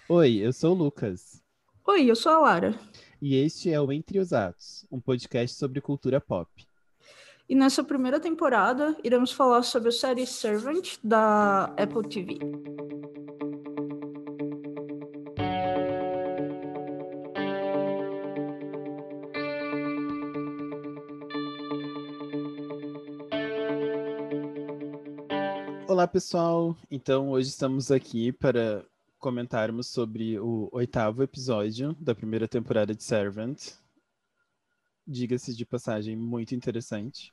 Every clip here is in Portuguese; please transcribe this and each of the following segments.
Oi, eu sou o Lucas Oi, eu sou a Lara. e este é o Entre os Atos, um podcast sobre cultura pop. E nessa primeira temporada, iremos falar sobre a série Servant da Apple TV. Olá, pessoal! Então, hoje estamos aqui para comentarmos sobre o 8º episódio da primeira temporada de Servant. Diga-se de passagem, muito interessante.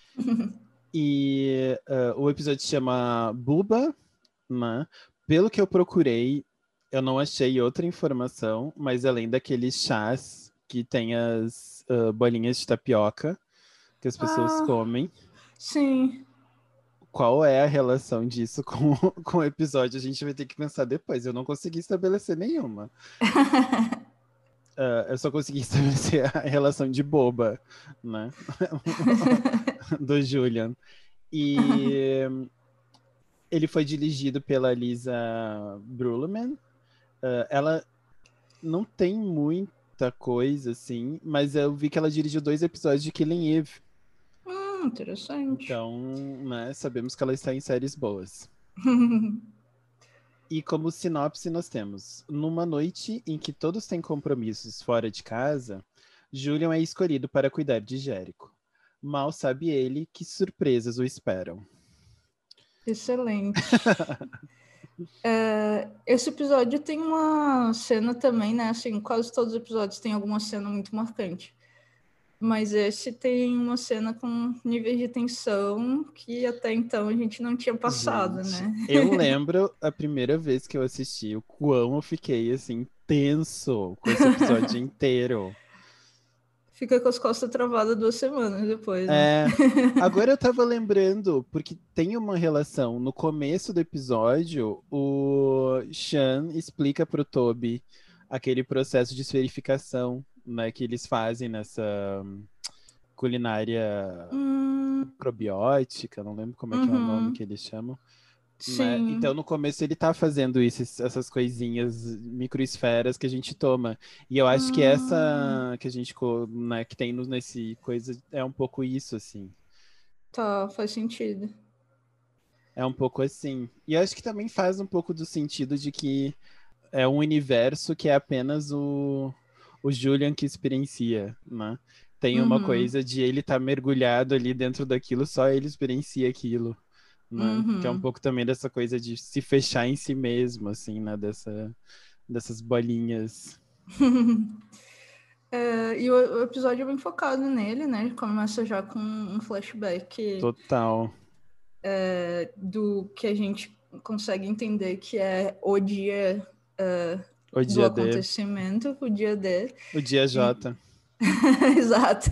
E o episódio se chama Buba, né? Pelo que eu procurei, eu não achei outra informação, mas além daqueles chás que tem as bolinhas de tapioca que as pessoas Ah, comem. sim. Qual é a relação disso com o episódio? A gente vai ter que pensar depois. Eu não consegui estabelecer nenhuma. Eu só consegui estabelecer a relação de boba, né? Do Julian. E ele foi dirigido pela Lisa Brulman. Ela não tem muita coisa, assim, mas eu vi que ela dirigiu 2 episódios de Killing Eve. Interessante. Então, né, sabemos que ela está em séries boas. E como sinopse nós temos: numa noite em que todos têm compromissos fora de casa, Julian é escolhido para cuidar de Jericho. Mal sabe ele que surpresas o esperam. Excelente. Esse episódio tem uma cena também, né? Assim, quase todos os episódios têm alguma cena muito marcante. Mas esse tem uma cena com níveis de tensão que até então a gente não tinha passado, Gente, né? eu lembro a primeira vez que eu assisti, o quão eu fiquei assim, tenso com esse episódio inteiro. Fica com as costas travadas 2 semanas depois, né? É, agora eu tava lembrando, porque tem uma relação. No começo do episódio, o Sean explica pro Toby aquele processo de esferificação, né, que eles fazem nessa culinária Hum, probiótica, não lembro como é que é o nome que uhum, eles chamam, né? Então sim. no começo ele tá fazendo isso, essas coisinhas, microesferas que a gente toma. E eu acho que Hum, essa que a gente, né, que tem nesse coisa é um pouco isso, assim. tá, faz sentido. É um pouco assim. E eu acho que também faz um pouco do sentido de que é um universo que é apenas o Julian que experiencia, né? Tem uma Uhum, coisa de ele estar mergulhado ali dentro daquilo, só ele experiencia aquilo, né? Que é um uhum. pouco também dessa coisa de se fechar em si mesmo, assim, né? Dessas bolinhas. E o episódio é bem focado nele, né? Começa já com um flashback Total. do que a gente consegue entender que é o dia O do dia D, acontecimento, o dia D. o dia Em... J. Exato.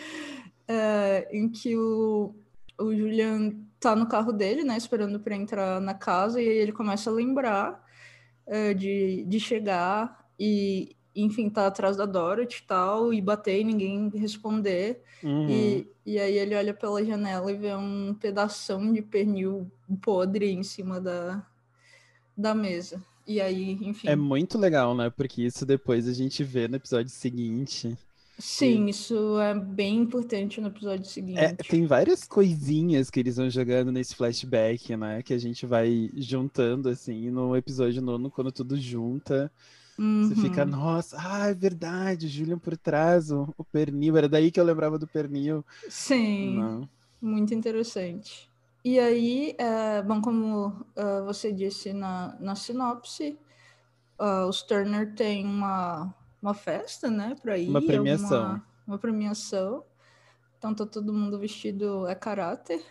Em que o Julian tá no carro dele, né? Esperando para entrar na casa, e aí ele começa a lembrar de chegar e, enfim, tá atrás da Dorothy e tal, e bater e ninguém responder. Uhum. E aí ele olha pela janela e vê um pedação de pernil podre em cima da mesa. E aí, É enfim. muito legal, né? Porque isso depois a gente vê no episódio seguinte. E Sim, isso é bem importante no episódio seguinte. tem várias coisinhas que eles vão jogando nesse flashback, né? Que a gente vai juntando, assim, e no episódio nono, quando tudo junta, você fica, Uhum. nossa, é verdade, o Julian por trás, o pernil, era daí que eu lembrava do pernil. Sim, Não. muito interessante. E aí, bom, como você disse na sinopse, os Turner têm uma festa, né, para Uma ir, premiação. uma premiação. Então tá todo mundo vestido a caráter.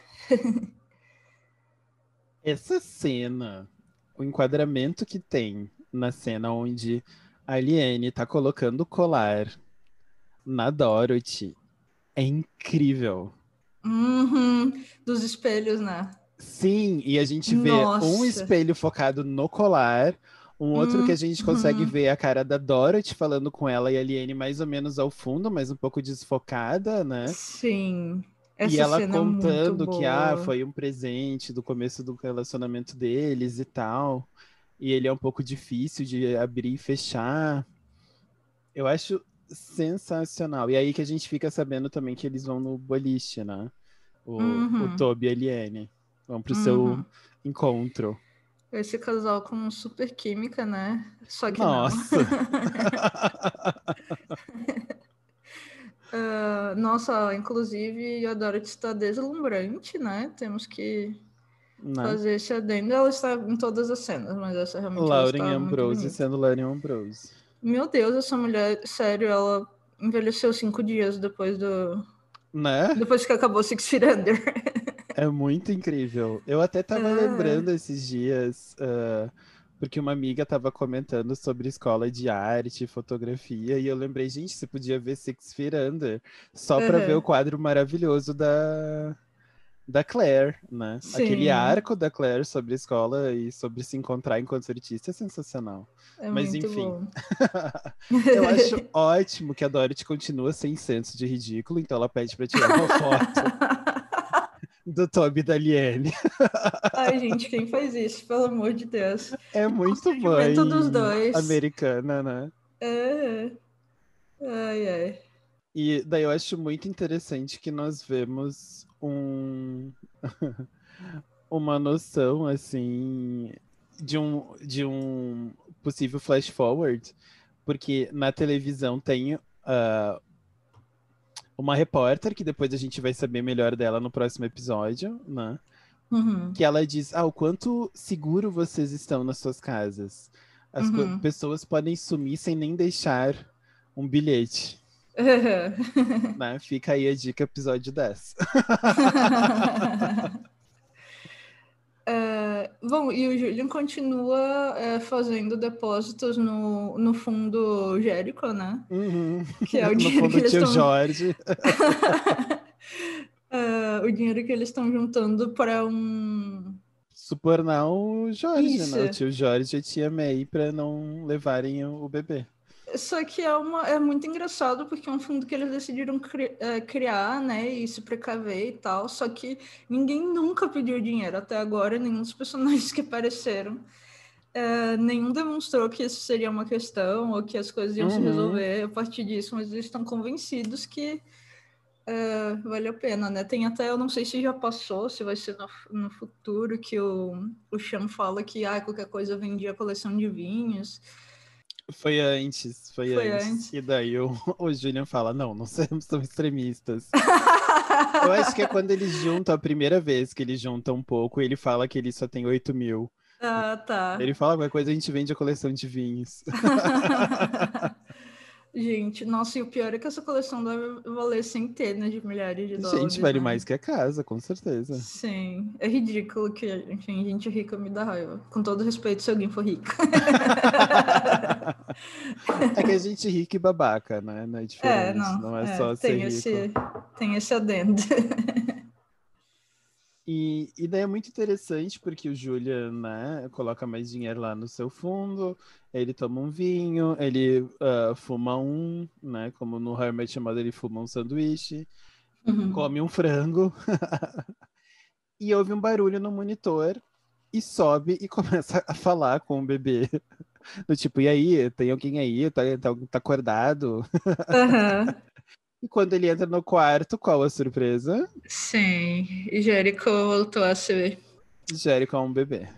Essa cena, o enquadramento que tem na cena onde a Aliene tá colocando o colar na Dorothy é incrível. Uhum, dos espelhos, né? Sim, e a gente vê um Nossa. espelho focado no colar, um outro que a gente consegue Uhum, ver a cara da Dorothy falando com ela e a Liane mais ou menos ao fundo, mas um pouco desfocada, né? sim. E Essa ela cena é muito contando que boa. foi um presente do começo do relacionamento deles e tal. e ele é um pouco difícil de abrir e fechar. Eu acho sensacional. E aí que a gente fica sabendo também que eles vão no boliche, né? O Uhum, Toby e a Eliane vão pro seu uhum. encontro. Esse casal com super química, né? Só que não. Nossa! Nossa, inclusive, a Dorothy está deslumbrante, né? Temos que Né? fazer esse adendo. Ela está em todas as cenas, mas essa realmente ela Lauren está muito Ambrose bonita. sendo Lauren Ambrose. Meu Deus, essa mulher, sério, ela envelheceu 5 dias Né? depois que acabou Six Feet Under. É muito incrível. Eu até tava É, lembrando esses dias, porque uma amiga tava comentando sobre escola de arte, fotografia, e eu lembrei, gente, você podia ver Six Feet Under só pra ver o uhum. quadro maravilhoso da Claire, né? Aquele Sim, arco da Claire sobre a escola e sobre se encontrar enquanto artista é sensacional. é Mas muito enfim, bom. eu acho ótimo que a Dorothy continua sem senso de ridículo, então ela pede pra tirar uma foto do Toby e da Liane. Ai, gente, quem faz isso? Pelo amor de Deus. É O muito constrangimento dos mãe dois. americana, né? É. Ai, ai. E daí eu acho muito interessante que nós vemos uma noção, assim, de um possível flash forward, porque na televisão tem uma repórter, que depois a gente vai saber melhor dela no próximo episódio, né? Uhum, Que ela diz, o quanto seguro vocês estão nas suas casas. As uhum. pessoas podem sumir sem nem deixar um bilhete. Uhum. Né? Fica aí a dica, episódio 10. Bom, e o Julian continua fazendo depósitos no fundo Jericho, né? Uhum. Que é o No dinheiro que fundo, eles tio estão. Jorge. O dinheiro que eles estão juntando para um. Subornar o Jorge, né? O Isso. tio Jorge e a tia May pra não levarem o bebê. Só que é muito engraçado porque é um fundo que eles decidiram criar, né, e se precaver e tal. Só que ninguém nunca pediu dinheiro até agora, nenhum dos personagens que apareceram. Nenhum demonstrou que isso seria uma questão ou que as coisas iam se Uhum. resolver a partir disso, mas eles estão convencidos que vale a pena, né? Tem até, eu não sei se já passou, se vai ser no futuro, que o Sean fala que qualquer coisa vendia a coleção de vinhos. Foi antes, foi Foi antes. antes. E daí o Julian fala, não, não somos tão extremistas. Eu acho que é quando eles juntam, a primeira vez que eles juntam um pouco, ele fala que ele só tem 8.000. Ah, Ele tá. fala, qualquer coisa a gente vende a coleção de vinhos. Gente, nossa, e o pior é que essa coleção deve valer centenas de milhares de Gente, dólares, vale né? mais que a casa, com certeza. Sim, é ridículo que, enfim, gente rica me dá raiva. Com todo respeito, se alguém for rico. É que a gente rica e babaca, né? Não é diferente, Não, não é só ser rico. tem esse adendo. E daí é muito interessante porque o Julian, né, coloca mais dinheiro lá no seu fundo, ele toma um vinho, ele fuma né, como no How I Met Your Mother ele fuma um sanduíche, Uhum. come um frango e ouve um barulho no monitor e sobe e começa a falar com o bebê. Do tipo, e aí, tem alguém aí? Tá acordado? Uhum. E quando ele entra no quarto, qual a surpresa? Sim, e Jericho voltou a ser. Jericho é um bebê.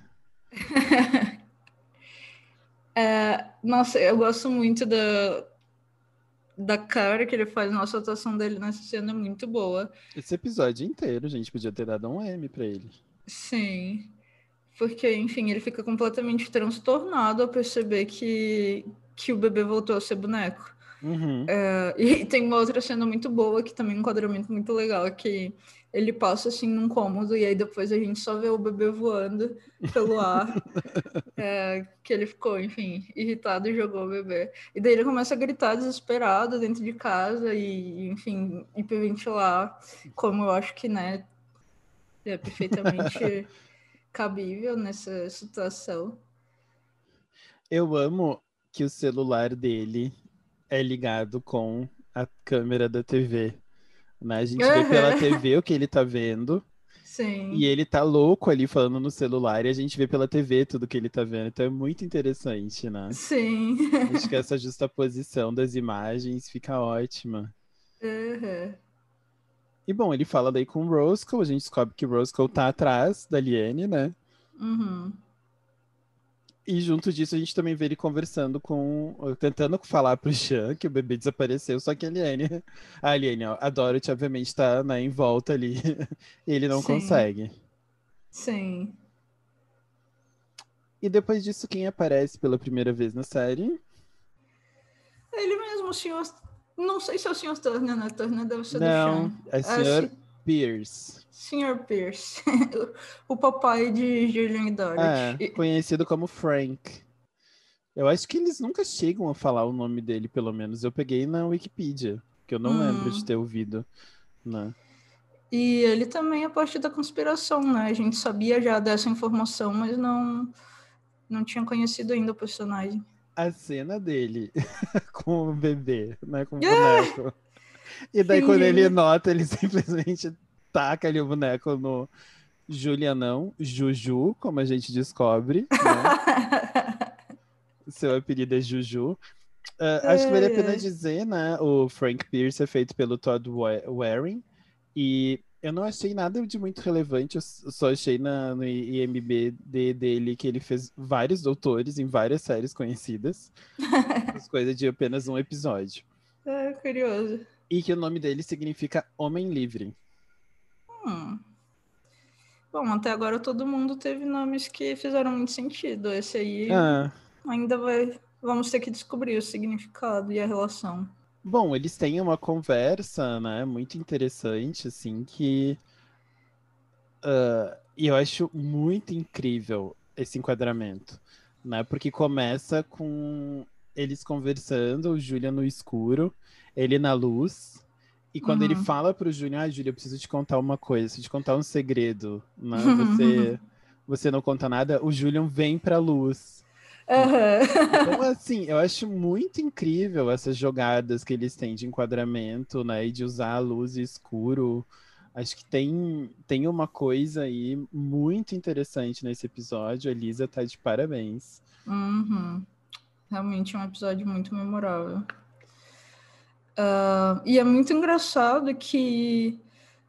Nossa, eu gosto muito da cara que ele faz. Nossa, a atuação dele nessa cena é muito boa. Esse episódio inteiro, gente, podia ter dado um M pra ele. Sim, porque, enfim, ele fica completamente transtornado ao perceber que o bebê voltou a ser boneco. Uhum. E tem uma outra cena muito boa, que também é um enquadramento muito legal, que ele passa assim num cômodo e aí depois a gente só vê o bebê voando pelo ar, que ele ficou, enfim, irritado e jogou o bebê. E daí ele começa a gritar desesperado dentro de casa e, enfim, hiperventilar, como eu acho que, né, é perfeitamente cabível nessa situação. Eu amo que o celular dele é ligado com a câmera da TV. Né? A gente vê pela Uhum. TV o que ele tá vendo. Sim. E ele tá louco ali falando no celular e a gente vê pela TV tudo que ele tá vendo. Então é muito interessante, né? Sim. Acho que essa justaposição das imagens fica ótima. Uhum. E bom, ele fala daí com o Roscoe, a gente descobre que o Roscoe tá atrás da Liane, né? Uhum. E junto disso a gente também vê ele conversando tentando falar pro Sean que o bebê desapareceu, só que a Liane, ó, a Dorothy obviamente tá, né, em volta ali, e ele não Sim. consegue. Sim. E depois disso, quem aparece pela primeira vez na série? Ele mesmo, o senhor. Não sei se é o senhor Turner, né? Turner deve ser do Não, Sean. é o É o Sr. Pierce. Sr. Pierce. O papai de Julian e Ah, Dorothy. conhecido como Frank. Eu acho que eles nunca chegam a falar o nome dele, pelo menos. Eu peguei na Wikipedia, que eu não lembro de Hum. ter ouvido, né? E ele também é parte da conspiração, né? A gente sabia já dessa informação, mas não tinha conhecido ainda o personagem. A cena dele com o bebê, né? Com o Ah, boneco. E daí, quando ele fingindo. nota, ele simplesmente taca ali o boneco no Julianão, Juju, como a gente descobre, né? Seu apelido é Juju. Acho que vale a Ai, pena ai. dizer, né? O Frank Pierce é feito pelo Todd Waring. E eu não achei nada de muito relevante, eu só achei no IMDb dele que ele fez vários doutores em várias séries conhecidas. Essas coisas de apenas um episódio. É curioso. E que o nome dele significa Homem Livre. Hum. Bom, até agora todo mundo teve nomes que fizeram muito sentido. Esse aí Ah, ainda vai. Vamos ter que descobrir o significado e a relação. bom, eles têm uma conversa, né, muito interessante, assim, e eu acho muito incrível esse enquadramento, né, porque começa com eles conversando, o Julian no escuro, ele na luz, e quando ele Uhum. fala pro Julian, Julian, eu preciso te contar uma coisa, preciso te contar um segredo, né, você não conta nada, o Julian vem pra luz, né? Então, Uhum. assim, eu acho muito incrível essas jogadas que eles têm de enquadramento, né? E de usar a luz e escuro. Acho que tem uma coisa aí muito interessante nesse episódio. A Lisa tá de parabéns. Uhum. Realmente é um episódio muito memorável. E é muito engraçado que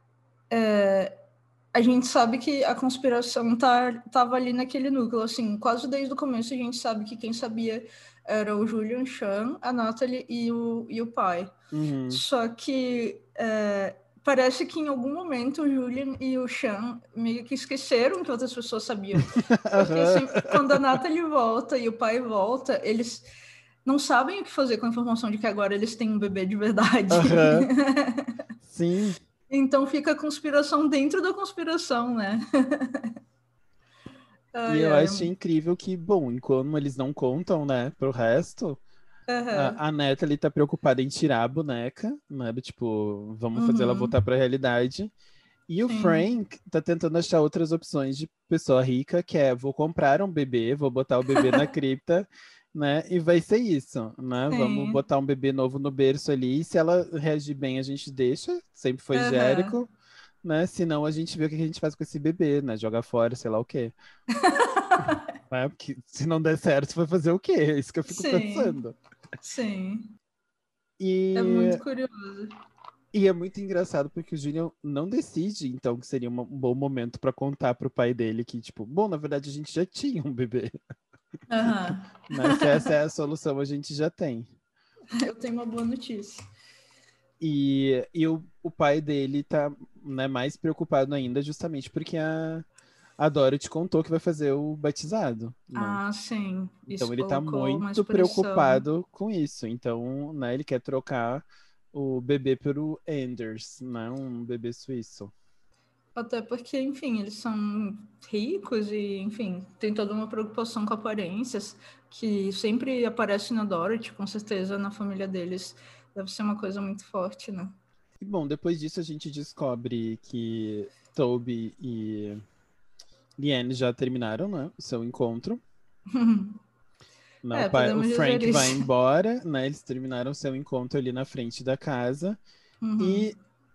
a gente sabe que a conspiração tava ali naquele núcleo, assim, quase desde o começo a gente sabe que quem sabia era o Julian Chan, a Natalie e o pai. Uhum. Só que parece que em algum momento o Julian e o Chan meio que esqueceram que outras pessoas sabiam. Porque Aham. sempre, quando a Natalie volta e o pai volta, eles não sabem o que fazer com a informação de que agora eles têm um bebê de verdade. Aham. Sim. Então fica a conspiração dentro da conspiração, né? E Ai, eu ai. acho incrível que, bom, enquanto eles não contam, né, pro resto, Uhum. a Natalie tá preocupada em tirar a boneca, né? Do tipo, vamos fazer ela Uhum. voltar pra realidade. E o Sim. Frank tá tentando achar outras opções de pessoa rica, que é vou comprar um bebê, vou botar o bebê na cripta, né? E vai ser isso, né? Vamos Sim. botar um bebê novo no berço ali. E se ela reagir bem, a gente deixa. Sempre foi Uhum. Jérico, né? Senão a gente vê o que a gente faz com esse bebê, né? Joga fora, sei lá o quê. Né? Porque se não der certo, vai fazer o quê? É isso que eu fico Sim. pensando. Sim. É muito E, curioso. e é muito engraçado porque o Junior não decide, então, que seria um bom momento pra contar pro pai dele que, tipo, bom, na verdade a gente já tinha um bebê, Uhum. né? Se essa é a solução, a gente já tem. Eu tenho uma boa notícia. E o pai dele tá, né, mais preocupado ainda, justamente porque a Dorothy contou que vai fazer o batizado, né? Ah, sim. Então Isso ele tá colocou mais muito pressão. preocupado com isso. Então, né, ele quer trocar o bebê pelo Anders, né? Um bebê suíço. Até porque, enfim, eles são ricos e, enfim, tem toda uma preocupação com aparências que sempre aparece na Dorothy, com certeza na família deles deve ser uma coisa muito forte, né? E bom, depois disso a gente descobre que Toby e Liane já terminaram, né, o seu encontro. Né, o Podemos dizer Frank vai isso. embora, né? Eles terminaram o seu encontro ali na frente da casa. Uhum. E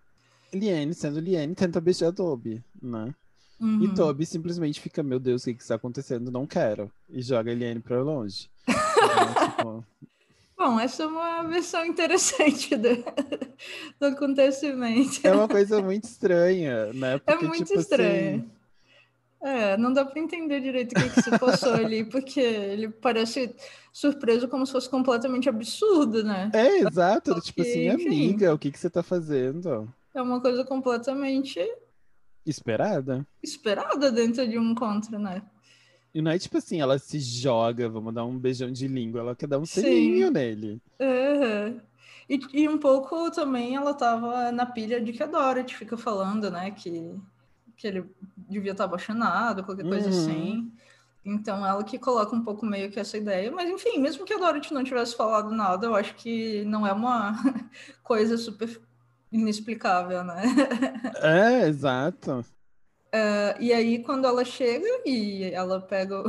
Liane, sendo Liane, tenta beijar Toby, né? E Uhum. Toby simplesmente fica, meu Deus, o que que está acontecendo? Não quero. E joga a Liane pra longe. Né? Tipo, Bom, essa é uma versão interessante do acontecimento. é uma coisa muito estranha, né? É Porque, muito tipo assim, estranho. É, não dá para entender direito o que que se passou ali, porque ele parece surpreso como se fosse completamente absurdo, né? é exato, tipo assim, Que, enfim, amiga, o que que você tá fazendo? é uma coisa completamente Esperada. esperada dentro de um encontro, né? E não é tipo assim, ela se joga, vamos dar um beijão de língua, ela quer dar um selinho Sim. nele. Uhum. E um pouco também ela tava na pilha de que a Dorothy fica falando, né? Que ele devia estar apaixonado, qualquer coisa Uhum. assim. Então ela que coloca um pouco meio que essa ideia. Mas enfim, mesmo que a Dorothy não tivesse falado nada, eu acho que não é uma coisa super inexplicável, né? É, exato. E aí, quando ela chega e ela pega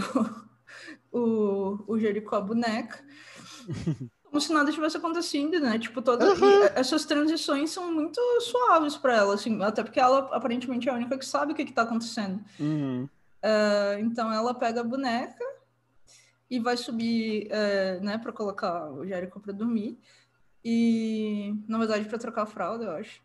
o Jericó a boneca, como se nada tivesse acontecido, né? Tipo, Aham. essas transições são muito suaves para ela, assim, até porque ela aparentemente é a única que sabe o que está acontecendo. Uhum. Então ela pega a boneca e vai subir, né, para colocar o Jericho para dormir. E, na verdade, para trocar a fralda, eu acho.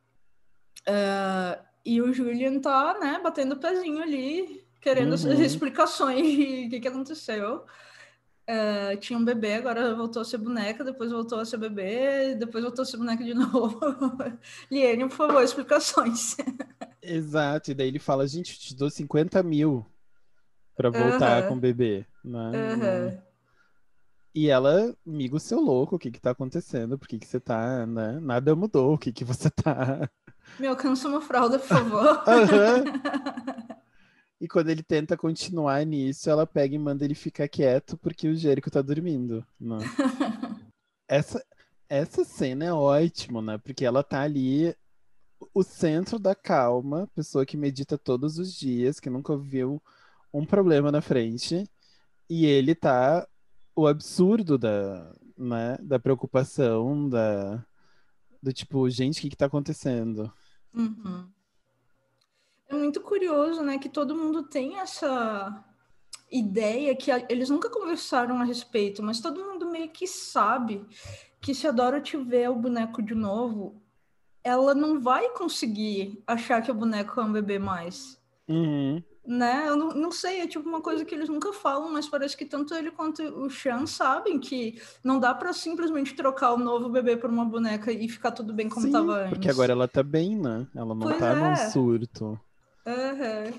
E o Julian tá, né, batendo o pezinho ali, querendo Uhum. explicações de o que aconteceu. Tinha um bebê, agora voltou a ser boneca, depois voltou a ser bebê, depois voltou a ser boneca de novo. Liane, por favor, explicações. Exato. E daí ele fala, gente, eu te dou 50 mil pra voltar com o Aham, bebê, né? Não... aham. E ela, amigo, seu louco, o que que tá acontecendo? Por que que você tá, né? Nada mudou, o que que você tá... Me alcança uma fralda, por favor. Aham. E quando ele tenta continuar nisso, ela pega e manda ele ficar quieto porque o Jericho tá dormindo, né? Essa, essa cena é ótima, né? Porque ela tá ali, o centro da calma, pessoa que medita todos os dias, que nunca viu um problema na frente, e ele tá o absurdo da, né, da preocupação, do tipo, gente, o que que tá acontecendo? Uhum. É muito curioso, né, que todo mundo tem essa ideia que eles nunca conversaram a respeito, mas todo mundo meio que sabe que se a Dorothy tiver o boneco de novo, ela não vai conseguir achar que o boneco é um bebê mais. Uhum. Né? Eu não sei, é tipo uma coisa que eles nunca falam, mas parece que tanto ele quanto o Sean sabem que não dá para simplesmente trocar o novo bebê por uma boneca e ficar tudo bem como Sim, estava porque antes. agora ela tá bem, né? Ela não Pois tá num é. surto. Uhum.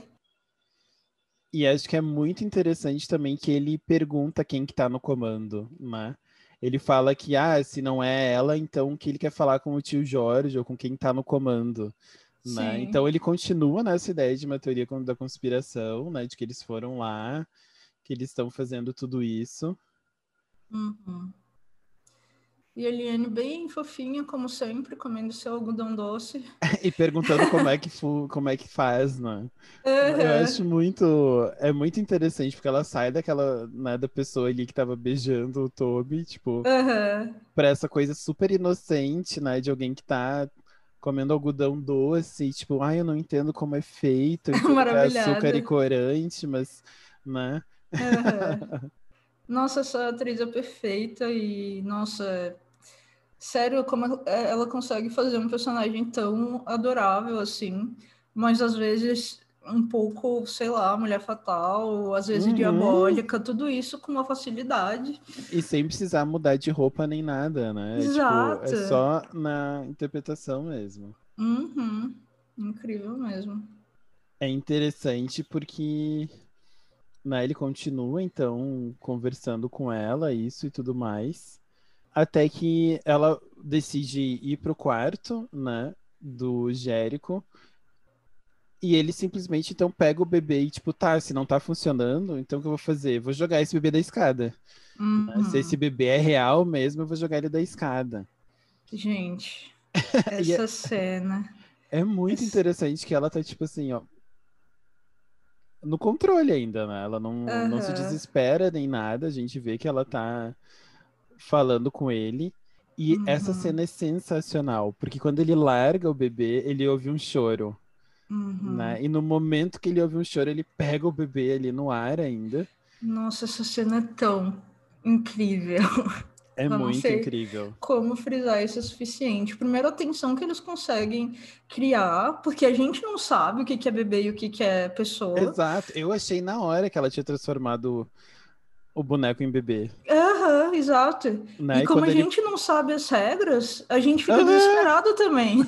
E acho que é muito interessante também que ele pergunta quem que tá no comando, né? Ele fala que, se não é ela, então que ele quer falar com o tio Jorge ou com quem tá no comando, né? Sim. Então ele continua nessa ideia de uma teoria da conspiração, né? De que eles foram lá, que eles estão fazendo tudo isso. Uhum. E a Eliane bem fofinha, como sempre, comendo seu algodão doce. E perguntando como é que faz, né? Eu Uhum. acho muito, é muito interessante, porque ela sai daquela, né, da pessoa ali que tava beijando o Toby, tipo, Uhum. pra essa coisa super inocente, né, de alguém que tá comendo algodão doce, e, tipo, eu não entendo como é feito, eu entendo que é açúcar e Maravilhada. corante, mas, né? Uhum. Nossa, essa atriz é perfeita e, nossa, sério, como ela consegue fazer um personagem tão adorável assim, mas às vezes um pouco, sei lá, mulher fatal, às vezes Uhum. diabólica, tudo isso com uma facilidade. E sem precisar mudar de roupa nem nada, né? Tipo, é Exato. só na interpretação mesmo. Uhum. Incrível mesmo. É interessante porque, né, ele continua, então, conversando com ela, isso e tudo mais. Até que ela decide ir pro quarto, né, do Jérico. E ele simplesmente, então, pega o bebê e, tipo, tá, se não tá funcionando, então o que eu vou fazer? Vou jogar esse bebê da escada. Né? Se esse Uhum. bebê é real mesmo, eu vou jogar ele da escada. Gente, E essa cena. é muito Essa... interessante que ela tá, tipo assim, ó, no controle ainda, né? Ela não se Uhum. desespera nem nada. A gente vê que ela tá falando com ele. E essa cena é sensacional, porque quando ele larga o bebê, ele ouve um choro, né? E no momento que ele ouve um choro, ele pega o bebê ali no ar ainda. Nossa, essa cena é tão incrível. É Eu não muito sei incrível. como frisar isso o suficiente. Primeiro, a tensão que eles conseguem criar, porque a gente não sabe o que é bebê e o que é pessoa. Exato. Eu achei na hora que ela tinha transformado o boneco em bebê, Aham, exato. E né? E como quando a ele... gente não sabe as regras, a gente fica Aham! desesperado também.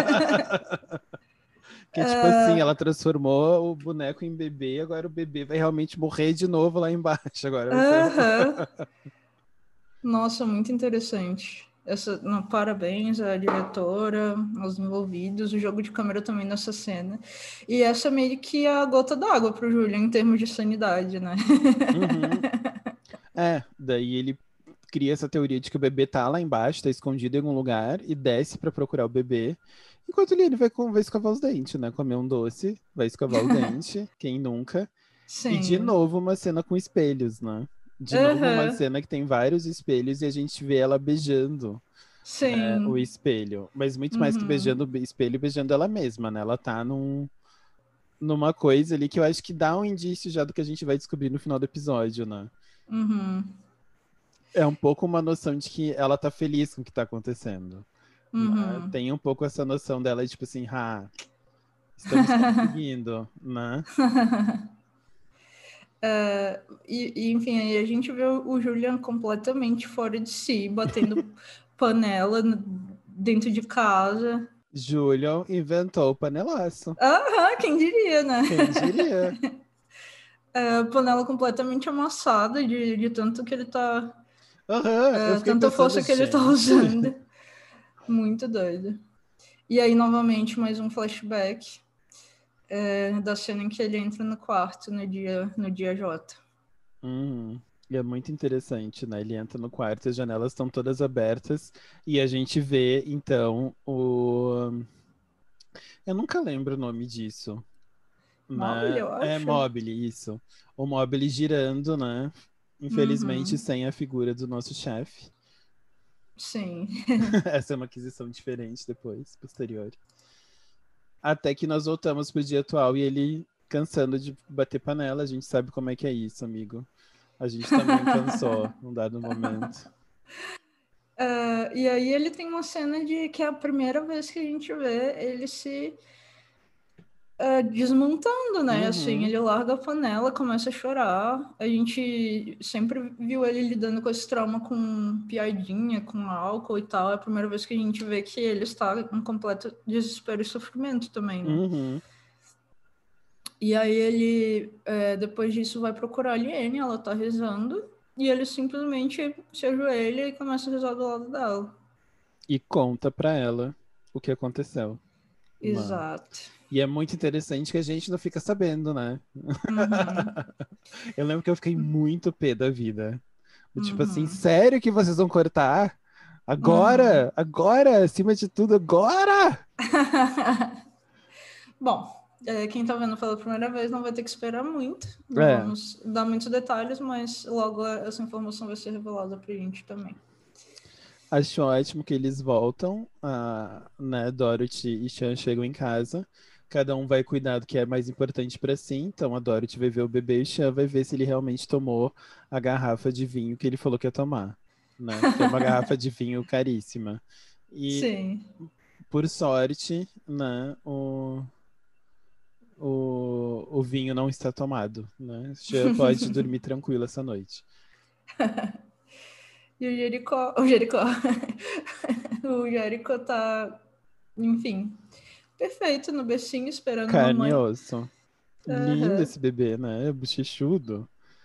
Que tipo assim, ela transformou o boneco em bebê, agora o bebê vai realmente morrer de novo lá embaixo. Agora vai ser... Aham. Nossa, muito interessante. Parabéns à diretora, aos envolvidos, o jogo de câmera também nessa cena. E essa é meio que a gota d'água para o Julian em termos de sanidade, né? Uhum. Daí ele cria essa teoria de que o bebê tá lá embaixo, tá escondido em algum lugar, e desce pra procurar o bebê. Enquanto ele vai escovar os dentes, né? Comer um doce, vai escovar o dente, quem nunca. E de Sim. novo uma cena com espelhos, né? De novo uma Aham. cena que tem vários espelhos e a gente vê ela beijando, né, o Sim. espelho. Mas muito mais que Uhum. beijando o espelho, beijando ela mesma, né? Ela tá numa coisa ali que eu acho que dá um indício já do que a gente vai descobrir no final do episódio, né? Uhum. É um pouco uma noção de que ela tá feliz com o que tá acontecendo, né? Uhum. Tem um pouco essa noção dela, tipo assim, estamos conseguindo, né? Enfim, aí a gente vê o Julian completamente fora de si, batendo panela dentro de casa. Julian inventou o panelaço. Aham, quem diria, né? Quem diria? Panela completamente amassada de tanto que ele tá. Aham, eu fiquei Tanta pensando, força que ele tá gente. usando. Muito doido. E aí, novamente, mais um flashback da cena em que ele entra no quarto no dia J. E é muito interessante, né? Ele entra no quarto, as janelas estão todas abertas e a gente vê, então, o. Eu nunca lembro o nome disso, Mobile, né? eu É acho. Mobile, isso. O Mobile girando, né? Infelizmente, Uhum. sem a figura do nosso chefe. Sim. Essa é uma aquisição diferente depois, posterior. Até que nós voltamos pro dia atual e ele cansando de bater panela. A gente sabe como é que é isso, amigo. A gente também cansou num dado momento. E aí ele tem uma cena de que é a primeira vez que a gente vê ele se desmontando, né? Assim, Uhum, ele larga a panela, começa a chorar. A gente sempre viu ele lidando com esse trauma com piadinha, com álcool e tal. É a primeira vez que a gente vê que ele está em completo desespero e sofrimento também, né? uhum. E aí ele, depois disso, vai procurar a Liane, ela tá rezando, e ele simplesmente se ajoelha e começa a rezar do lado dela. E conta pra ela o que aconteceu. Né? Exato. E é muito interessante que a gente não fica sabendo, né? Uhum, Eu lembro que eu fiquei muito pé da vida. Tipo assim, uhum, sério que vocês vão cortar? uhum. Agora? Agora? Acima de tudo, agora? Bom, quem tá vendo pela primeira vez não vai ter que esperar muito. Não É, vamos dar muitos detalhes, mas logo essa informação vai ser revelada pra gente também. acho ótimo que eles voltam, né? Dorothy e Sean chegam em casa. Cada um vai cuidar do que é mais importante pra si. Então a Dorothy vai ver o bebê e o Sean vai ver se ele realmente tomou a garrafa de vinho que ele falou que ia tomar, né? Que é uma garrafa de vinho caríssima. E Sim. por sorte, né? O vinho não está tomado, né? Sean pode dormir tranquilo essa noite. E o Jericó, o Jericó tá, enfim, perfeito no bercinho esperando a Carne e mamãe. osso. Lindo Aham. esse bebê, né? Bochechudo.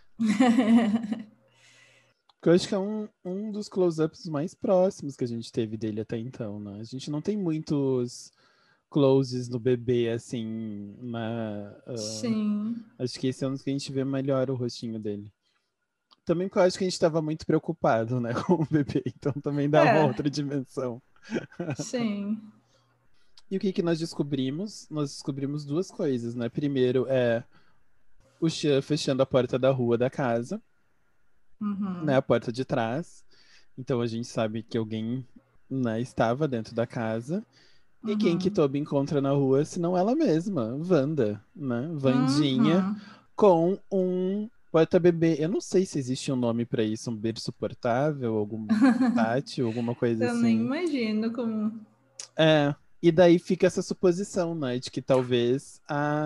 Que eu acho que é um dos close-ups mais próximos que a gente teve dele até então, né? A gente não tem muitos closes no bebê, assim, Sim. acho que esse é um dos que a gente vê melhor o rostinho dele. Também porque eu acho que a gente estava muito preocupado, né, com o bebê, então também dá uma É, outra dimensão. sim. E o que que nós descobrimos? Nós descobrimos duas coisas, né? Primeiro é o Xan fechando a porta da rua da casa, né? Uhum. A porta de trás. Então a gente sabe que alguém, né, estava dentro da casa. E quem que Uhum. Toby encontra na rua, senão ela mesma, Wanda, né? Wandinha, Uhum. com um porta-bebê. Eu não sei se existe um nome pra isso, um berço portável, algum tátil, alguma coisa Eu nem assim. imagino como. É, e daí fica essa suposição, né, de que talvez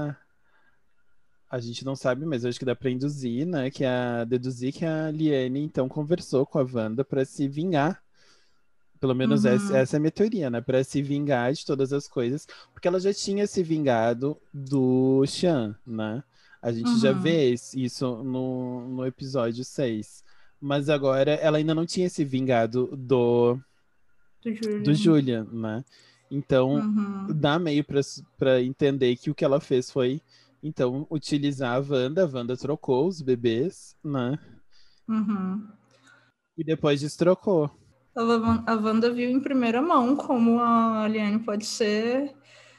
a gente não sabe, mas eu acho que dá pra induzir, né, deduzir que a Liane então conversou com a Wanda pra se vingar. Pelo menos Uhum. essa é a minha teoria, né? Pra se vingar de todas as coisas. Porque ela já tinha se vingado do Sean, né? A gente já Uhum. vê isso no episódio 6. Mas agora ela ainda não tinha se vingado Do do Julian. Julian, né? Então Uhum. dá meio pra entender que o que ela fez foi, então, utilizar a Wanda. A Wanda trocou os bebês, né? Uhum. E depois destrocou. A Wanda viu em primeira mão como a Aliane pode ser,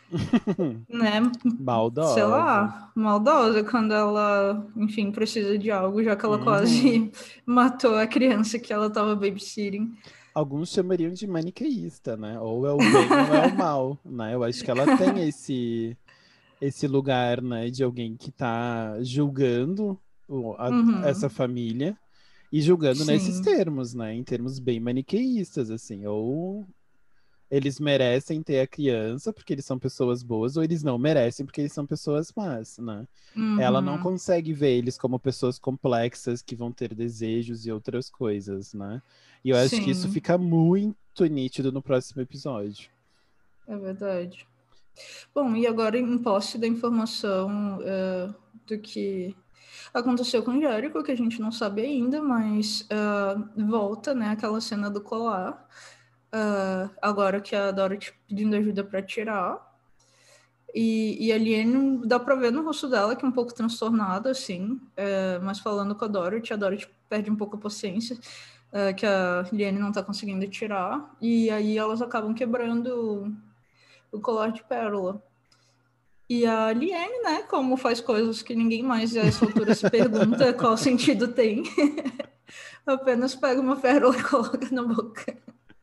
né, sei Maldosa. lá, maldosa quando ela, enfim, precisa de algo, já que ela Uhum. quase matou a criança que ela estava babysitting. Alguns chamariam de maniqueísta, né? Ou é o bem ou é o mal, né? Eu acho que ela tem esse lugar, né, de alguém que tá julgando essa Uhum. família e julgando nesses Sim, termos, né? Em termos bem maniqueístas, assim. Ou eles merecem ter a criança porque eles são pessoas boas, ou eles não merecem porque eles são pessoas más, né? Ela não uhum. consegue ver eles como pessoas complexas que vão ter desejos e outras coisas, né? E eu acho que isso Sim, fica muito nítido no próximo episódio. é verdade. Bom, e agora em posse da informação do que aconteceu com o Jericho, que a gente não sabe ainda, mas volta, né, aquela cena do colar, agora que a Dorothy pedindo ajuda para tirar. E a Liane dá pra ver no rosto dela que é um pouco transtornada, assim, mas falando com a Dorothy perde um pouco a paciência, que a Liane não tá conseguindo tirar, e aí elas acabam quebrando o colar de pérola. E a Liane, né, como faz coisas que ninguém mais a essa altura se pergunta qual sentido tem, apenas pega uma pérola e coloca na boca.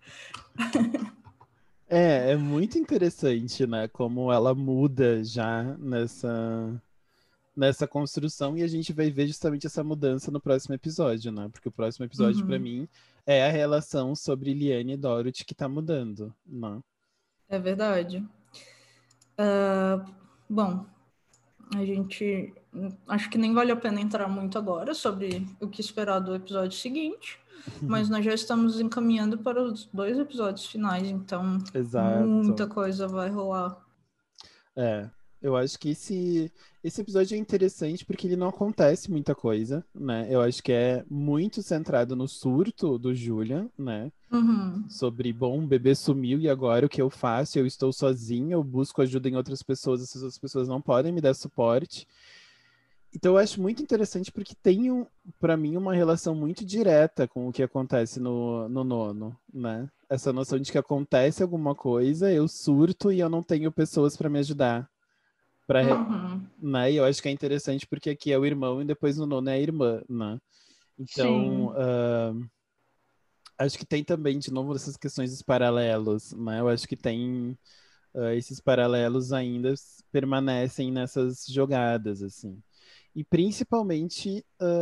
É muito interessante, né? Como ela muda já nessa construção, e a gente vai ver justamente essa mudança no próximo episódio, né? Porque o próximo episódio, pra Uhum, mim, é a relação sobre Liane e Dorothy que tá mudando, né? é verdade. Bom, a gente acho que nem vale a pena entrar muito agora sobre o que esperar do episódio seguinte, mas nós já estamos encaminhando para os 2 episódios finais, então muita Exato. coisa vai rolar. É, eu acho que esse episódio é interessante porque ele não acontece muita coisa, né? Eu acho que é muito centrado no surto do Julian, né? Uhum, Sobre, bom, o bebê sumiu e agora o que eu faço? Eu estou sozinha, eu busco ajuda em outras pessoas, essas outras pessoas não podem me dar suporte. Então eu acho muito interessante porque tem, para mim, uma relação muito direta com o que acontece no nono, né? Essa noção de que acontece alguma coisa, eu surto e eu não tenho pessoas para me ajudar. Pra, uhum, né? E eu acho que é interessante porque aqui é o irmão e depois no nono é a irmã, né? Então, sim, acho que tem também, de novo, essas questões dos paralelos, né? Eu acho que tem esses paralelos ainda permanecem nessas jogadas, assim. E principalmente,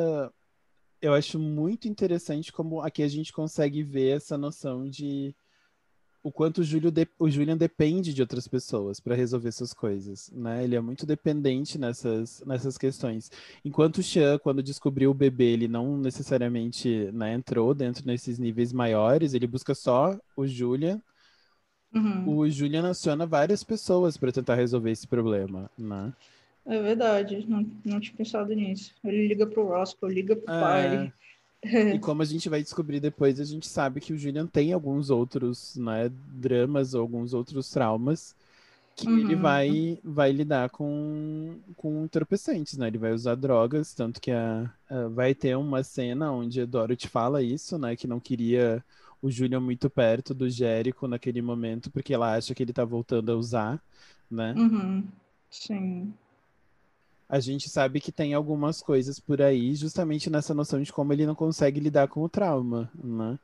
eu acho muito interessante como aqui a gente consegue ver essa noção de o quanto o Julian depende de outras pessoas para resolver suas coisas, né? Ele é muito dependente nessas questões. Enquanto o Sean, quando descobriu o bebê, ele não necessariamente, né, entrou dentro desses níveis maiores, ele busca só o Julian. uhum. O Julian aciona várias pessoas para tentar resolver esse problema, né? É verdade, não tinha pensado nisso. Ele liga pro Roscoe, liga pro É, pai. e como a gente vai descobrir depois, a gente sabe que o Julian tem alguns outros, né, dramas, alguns outros traumas que ele Uhum, vai lidar com entorpecentes, né? Ele vai usar drogas, tanto que vai ter uma cena onde a Dorothy fala isso, né? Que não queria o Julian muito perto do Jericho naquele momento, porque ela acha que ele tá voltando a usar, né? uhum, sim. A gente sabe que tem algumas coisas por aí, justamente nessa noção de como ele não consegue lidar com o trauma, né?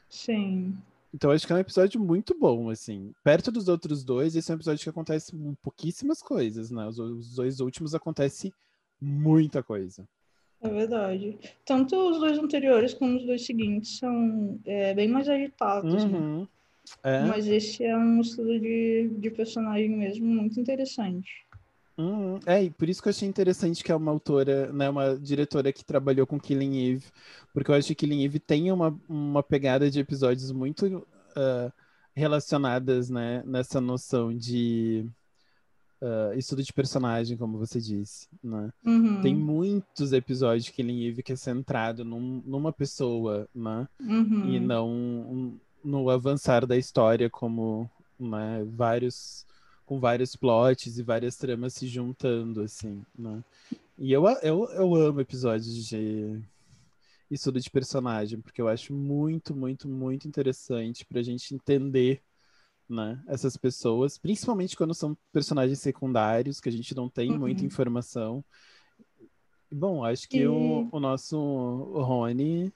Sim. Então acho que é um episódio muito bom, assim. Perto dos outros dois, esse é um episódio que acontece pouquíssimas coisas, né? Os dois últimos acontece muita coisa. É verdade. Tanto os dois anteriores como os dois seguintes são bem mais agitados, né? Uhum. É. Mas esse é um estudo de personagem mesmo muito interessante. E por isso que eu achei interessante que é uma autora, né, uma diretora que trabalhou com Killing Eve, porque eu acho que Killing Eve tem uma pegada de episódios muito relacionadas, né, nessa noção de estudo de personagem, como você disse, né? Tem Uhum, muitos episódios de Killing Eve que é centrado numa pessoa, né? E uhum, não no avançar da história como, né, com vários plots e várias tramas se juntando, assim, né? E eu amo episódios de estudo de personagem, porque eu acho muito, muito, muito interessante pra gente entender, né, essas pessoas, principalmente quando são personagens secundários, que a gente não tem muita uhum. informação. Bom, acho que E o nosso Rony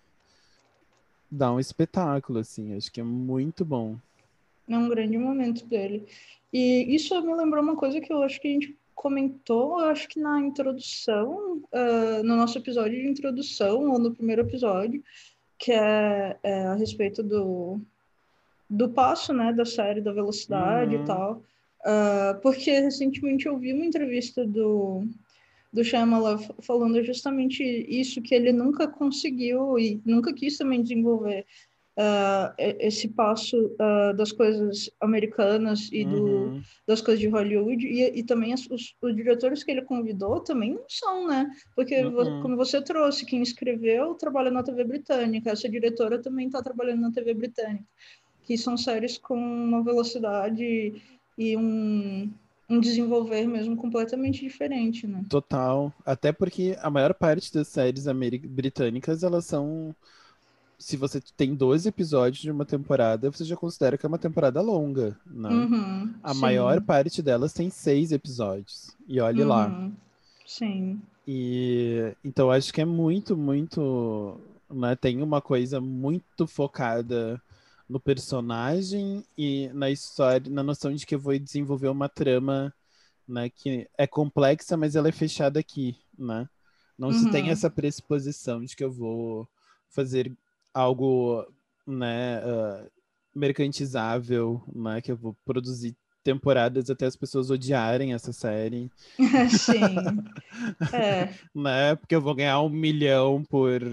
dá um espetáculo, assim, acho que é muito bom. é um grande momento dele. E isso me lembrou uma coisa que eu acho que a gente comentou, eu acho que na introdução, no nosso episódio de introdução, ou no primeiro episódio, que é a respeito do passo, né, da série, da velocidade e Uhum, tal. Porque recentemente eu vi uma entrevista do Shyamalan falando justamente isso, que ele nunca conseguiu e nunca quis também desenvolver esse passo das coisas americanas e uhum, das coisas de Hollywood, e também os diretores que ele convidou também não são, né? Porque, uhum. como você trouxe, quem escreveu trabalha na TV britânica, essa diretora também está trabalhando na TV britânica, que são séries com uma velocidade e um desenvolver mesmo completamente diferente, né? Total. Até porque a maior parte das séries britânicas, elas são. Se você tem 12 episódios de uma temporada, você já considera que é uma temporada longa, né? Uhum, A maior sim. parte delas tem 6 episódios. E olhe lá. Uhum, sim. E então acho que é muito, muito, né? Tem uma coisa muito focada no personagem e na história, na noção de que eu vou desenvolver uma trama, né, que é complexa, mas ela é fechada aqui, né? Não se tem Uhum. essa pressuposição de que eu vou fazer algo, né, mercantilizável, né, que eu vou produzir temporadas até as pessoas odiarem essa série, Sim, é, né? Porque eu vou ganhar 1 milhão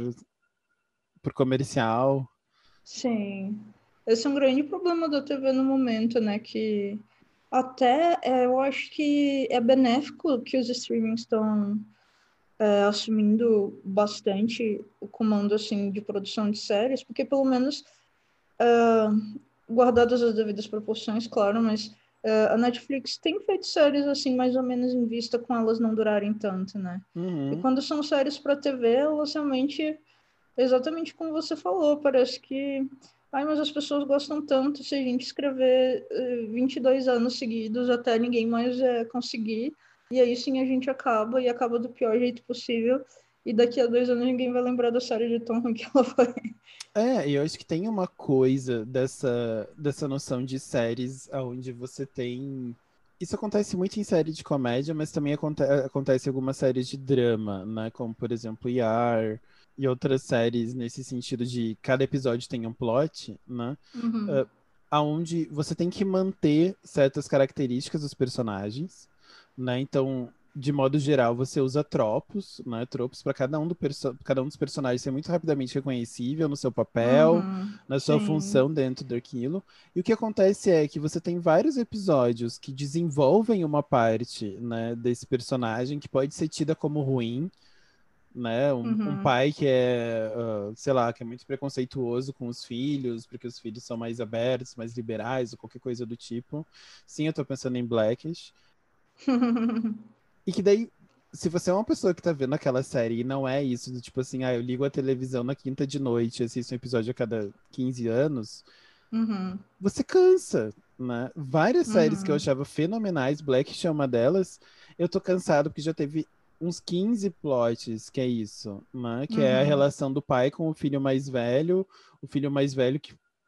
por comercial. sim. Esse é um grande problema da TV no momento, né? Que até eu acho que é benéfico que os streamings estão assumindo bastante o comando assim de produção de séries, porque pelo menos guardadas as devidas proporções, claro, mas a Netflix tem feito séries assim mais ou menos em vista com elas não durarem tanto, né? E Uhum. quando são séries para TV, elas realmente exatamente como você falou, parece que. Ai, mas as pessoas gostam tanto se a gente escrever 22 anos seguidos até ninguém mais conseguir. E aí sim a gente acaba, e acaba do pior jeito possível. E daqui a 2 anos ninguém vai lembrar da série de tão ruim que ela foi. E eu acho que tem uma coisa dessa noção de séries onde você tem. Isso acontece muito em série de comédia, mas também acontece em algumas séries de drama, né? Como, por exemplo, ER e outras séries nesse sentido de cada episódio tem um plot, né? Uhum, Uh, Aonde você tem que manter certas características dos personagens, né? Então, de modo geral, você usa tropos, né? Tropos para cada um dos personagens ser muito rapidamente reconhecível no seu papel, uhum, na sua sim, função dentro daquilo. E o que acontece é que você tem vários episódios que desenvolvem uma parte, né, desse personagem que pode ser tida como ruim, né? Um uhum. pai que é, sei lá, que é muito preconceituoso com os filhos, porque os filhos são mais abertos, mais liberais, ou qualquer coisa do tipo. Sim, eu tô pensando em Blackish. E que daí, se você é uma pessoa que tá vendo aquela série e não é isso, do tipo assim, eu ligo a televisão na quinta de noite e assisto um episódio a cada 15 anos, Uhum, você cansa, né? Várias séries que eu uhum, achava fenomenais, Blackish é uma delas, eu tô cansado porque já teve uns 15 plots, que é isso, né? Que é a uhum, relação do pai com o filho mais velho que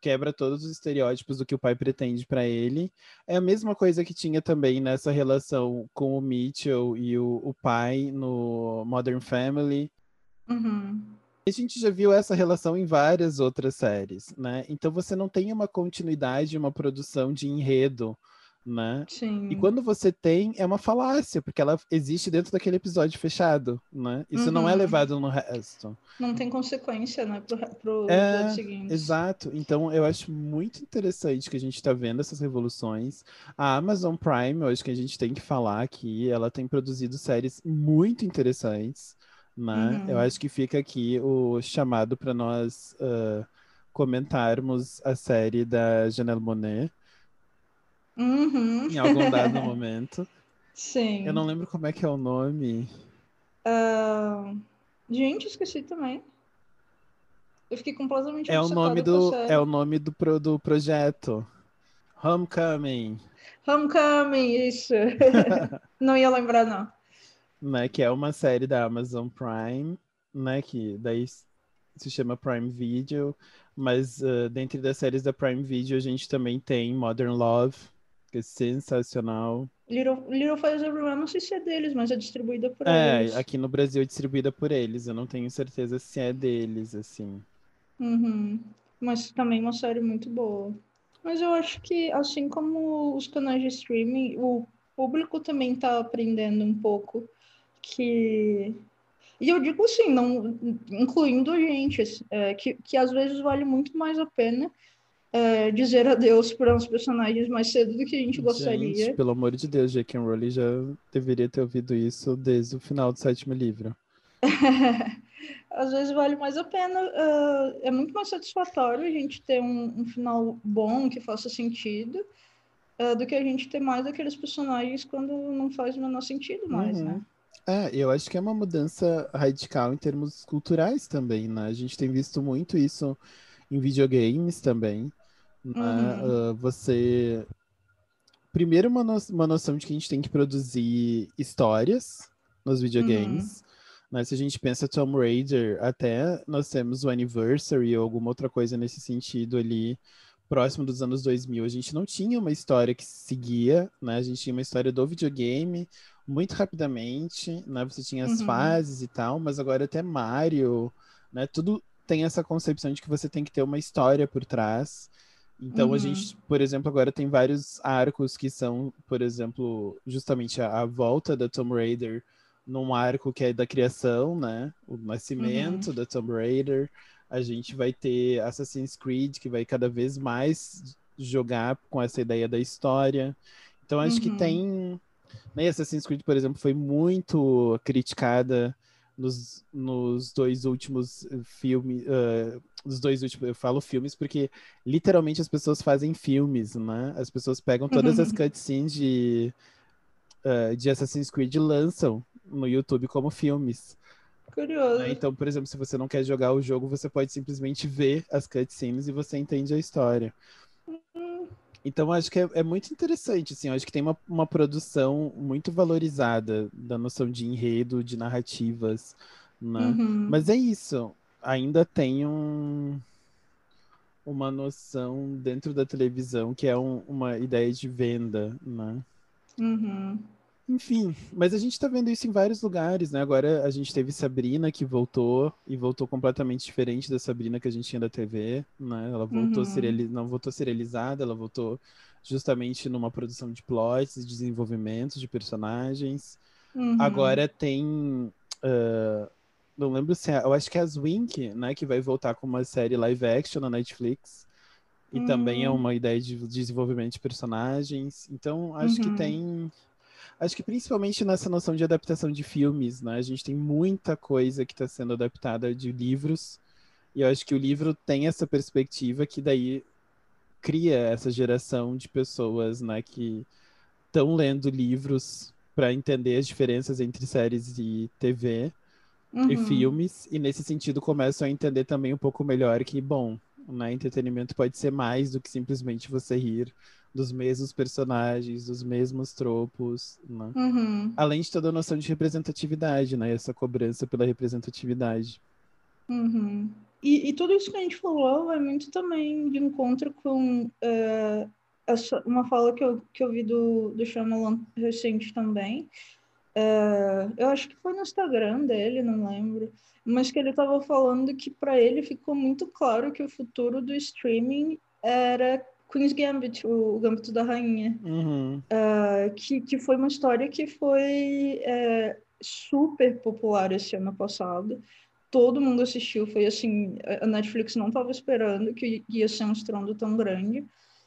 quebra todos os estereótipos do que o pai pretende para ele. É a mesma coisa que tinha também nessa relação com o Mitchell e o pai no Modern Family. Uhum. A gente já viu essa relação em várias outras séries, né? Então você não tem uma continuidade, uma produção de enredo, né? E Sim. quando você tem, é uma falácia, porque ela existe dentro daquele episódio fechado, né? Isso não é Uhum. levado no resto. Não tem consequência, né, pro episódios É, seguintes. exato. Então eu acho muito interessante que a gente está vendo essas revoluções. A Amazon Prime, eu acho que a gente tem que falar aqui, ela tem produzido séries muito interessantes, né? Eu Uhum. acho que fica aqui o chamado para nós comentarmos a série da Janelle Monáe Uhum. em algum dado momento. Eu não Sim. lembro como é que é o nome. Ah, gente, esqueci também. Eu fiquei completamente É o nome obcecada com a do, é série. o nome do projeto. Homecoming. Homecoming, isso. Não ia lembrar, não. Né, que é uma série da Amazon Prime, né, que daí se chama Prime Video, mas dentre das séries da Prime Video a gente também tem Modern Love, que é sensacional. Little Fires Everywhere, não sei se é deles, mas é distribuída por É, eles. aqui no Brasil é distribuída por eles, eu não tenho certeza se é deles, assim. Uhum. Mas também uma série muito boa. Mas eu acho que, assim como os canais de streaming, o público também está aprendendo um pouco que. E eu digo assim, não, incluindo a gente, que às vezes vale muito mais a pena dizer adeus para uns personagens mais cedo do que a gente Gente, gostaria. pelo amor de Deus, J.K. Rowling já deveria ter ouvido isso desde o final do sétimo livro. Às vezes vale mais a pena, é muito mais satisfatório a gente ter um final bom, que faça sentido, do que a gente ter mais daqueles personagens quando não faz o menor sentido mais, né? Uhum. É, eu acho que é uma mudança radical em termos culturais também, né? A gente tem visto muito isso em videogames também, né? Uhum, Você... Primeiro, uma noção de que a gente tem que produzir histórias nos uhum, videogames, né? Se a gente pensa Tomb Raider, até nós temos o Anniversary ou alguma outra coisa nesse sentido ali, próximo dos anos 2000. A gente não tinha uma história que se seguia, né? A gente tinha uma história do videogame muito rapidamente, né? Você tinha as uhum, fases e tal, mas agora até Mario, né? Tudo tem essa concepção de que você tem que ter uma história por trás. Então a uhum, gente, por exemplo, agora tem vários arcos que são, por exemplo, justamente a volta da Tomb Raider num arco que é da criação, né? O uhum, nascimento da Tomb Raider. A gente vai ter Assassin's Creed, que vai cada vez mais jogar com essa ideia da história. Então acho que uhum, tem, né, Assassin's Creed, por exemplo, foi muito criticada nos dois últimos filmes. Nos dois últimos, eu falo filmes porque literalmente as pessoas fazem filmes, né? As pessoas pegam todas as uhum. cutscenes de Assassin's Creed e lançam no YouTube como filmes. Né? Curioso. Então, por exemplo, se você não quer jogar o jogo, você pode simplesmente ver as cutscenes e você entende a história. Hum, Então, acho que é muito interessante, assim, eu acho que tem uma produção muito valorizada da noção de enredo, de narrativas, né? uhum, Mas é isso, ainda tem uma noção dentro da televisão que é uma ideia de venda, né? uhum, Enfim, mas a gente tá vendo isso em vários lugares, né? Agora a gente teve Sabrina que voltou e voltou completamente diferente da Sabrina que a gente tinha da TV, né? Ela voltou uhum, não voltou serializada, ela voltou justamente numa produção de plots, de desenvolvimento de personagens. uhum, Agora tem, não lembro se eu acho que é a Zwink, né, que vai voltar com uma série live action na Netflix. E também é uhum, uma ideia de desenvolvimento de personagens. Então, uhum, acho que principalmente nessa noção de adaptação de filmes, né? A gente tem muita coisa que está sendo adaptada de livros, e eu acho que o livro tem essa perspectiva que daí cria essa geração de pessoas, né, que estão lendo livros para entender as diferenças entre séries e TV e uhum. filmes, e nesse sentido começam a entender também um pouco melhor que, bom, né, entretenimento pode ser mais do que simplesmente você rir dos mesmos personagens, dos mesmos tropos, né? Uhum. Além de toda a noção de representatividade, né? Essa cobrança pela representatividade. Uhum. E tudo isso que a gente falou é muito também de encontro com uma fala que eu vi do Shyamalan recente também. Eu acho que foi no Instagram dele, não lembro, mas que ele estava falando que para ele ficou muito claro que o futuro do streaming era Queen's Gambit, o Gambito da Rainha, Uhum. que foi uma história que foi super popular esse ano passado. Todo mundo assistiu, foi assim, a Netflix não estava esperando que ia ser um estrondo tão grande.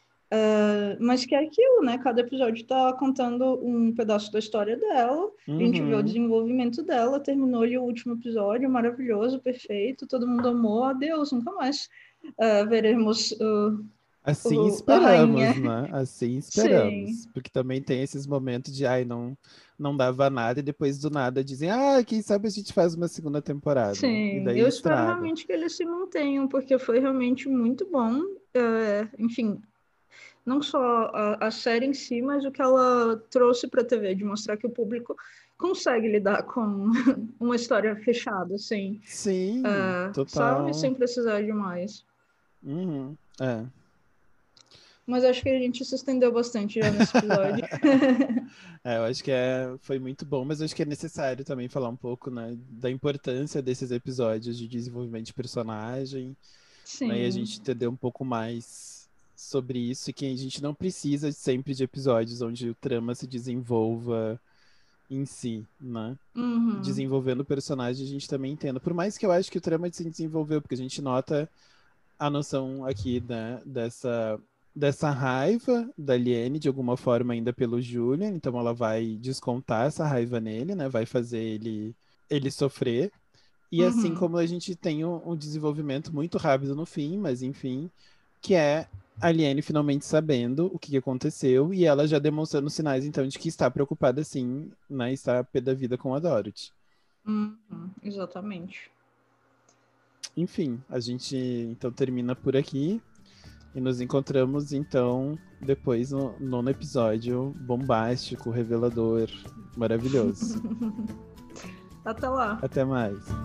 Mas que é aquilo, né? Cada episódio está contando um pedaço da história dela. A gente vê o Uhum. desenvolvimento dela. Terminou ali o último episódio, maravilhoso, perfeito. Todo mundo amou. Adeus, nunca mais veremos Assim a rainha. esperamos, né? Assim esperamos. Sim, Porque também tem esses momentos de, ai, não dava nada, e depois do nada dizem, quem sabe a gente faz uma segunda temporada. E sim. daí Eu espero estraga. realmente que eles se mantenham, porque foi realmente muito bom. Enfim, não só a série em si, mas o que ela trouxe para a TV, de mostrar que o público consegue lidar com uma história fechada, assim, Sim, sabe? total. Sem precisar de mais. Uhum. É. Mas acho que a gente se estendeu bastante já nesse episódio. Eu acho que foi muito bom, mas acho que é necessário também falar um pouco, né, da importância desses episódios de desenvolvimento de personagem, né, e a Sim. gente entender um pouco mais sobre isso, e que a gente não precisa sempre de episódios onde o trama se desenvolva em si, né? Uhum. Desenvolvendo o personagem, a gente também entenda. Por mais que eu acho que o trama se desenvolveu, porque a gente nota a noção aqui, né, dessa raiva da Liane, de alguma forma, ainda pelo Julian, então ela vai descontar essa raiva nele, né, vai fazer ele sofrer. E assim Uhum. como a gente tem um desenvolvimento muito rápido no fim, mas enfim, que é a Liane finalmente sabendo o que aconteceu e ela já demonstrando sinais, então, de que está preocupada, sim, né, está pé da vida com a Dorothy. Uhum. Exatamente. Enfim, a gente então termina por aqui. E nos encontramos, então, depois no nono episódio bombástico, revelador, maravilhoso. Até lá. Até mais.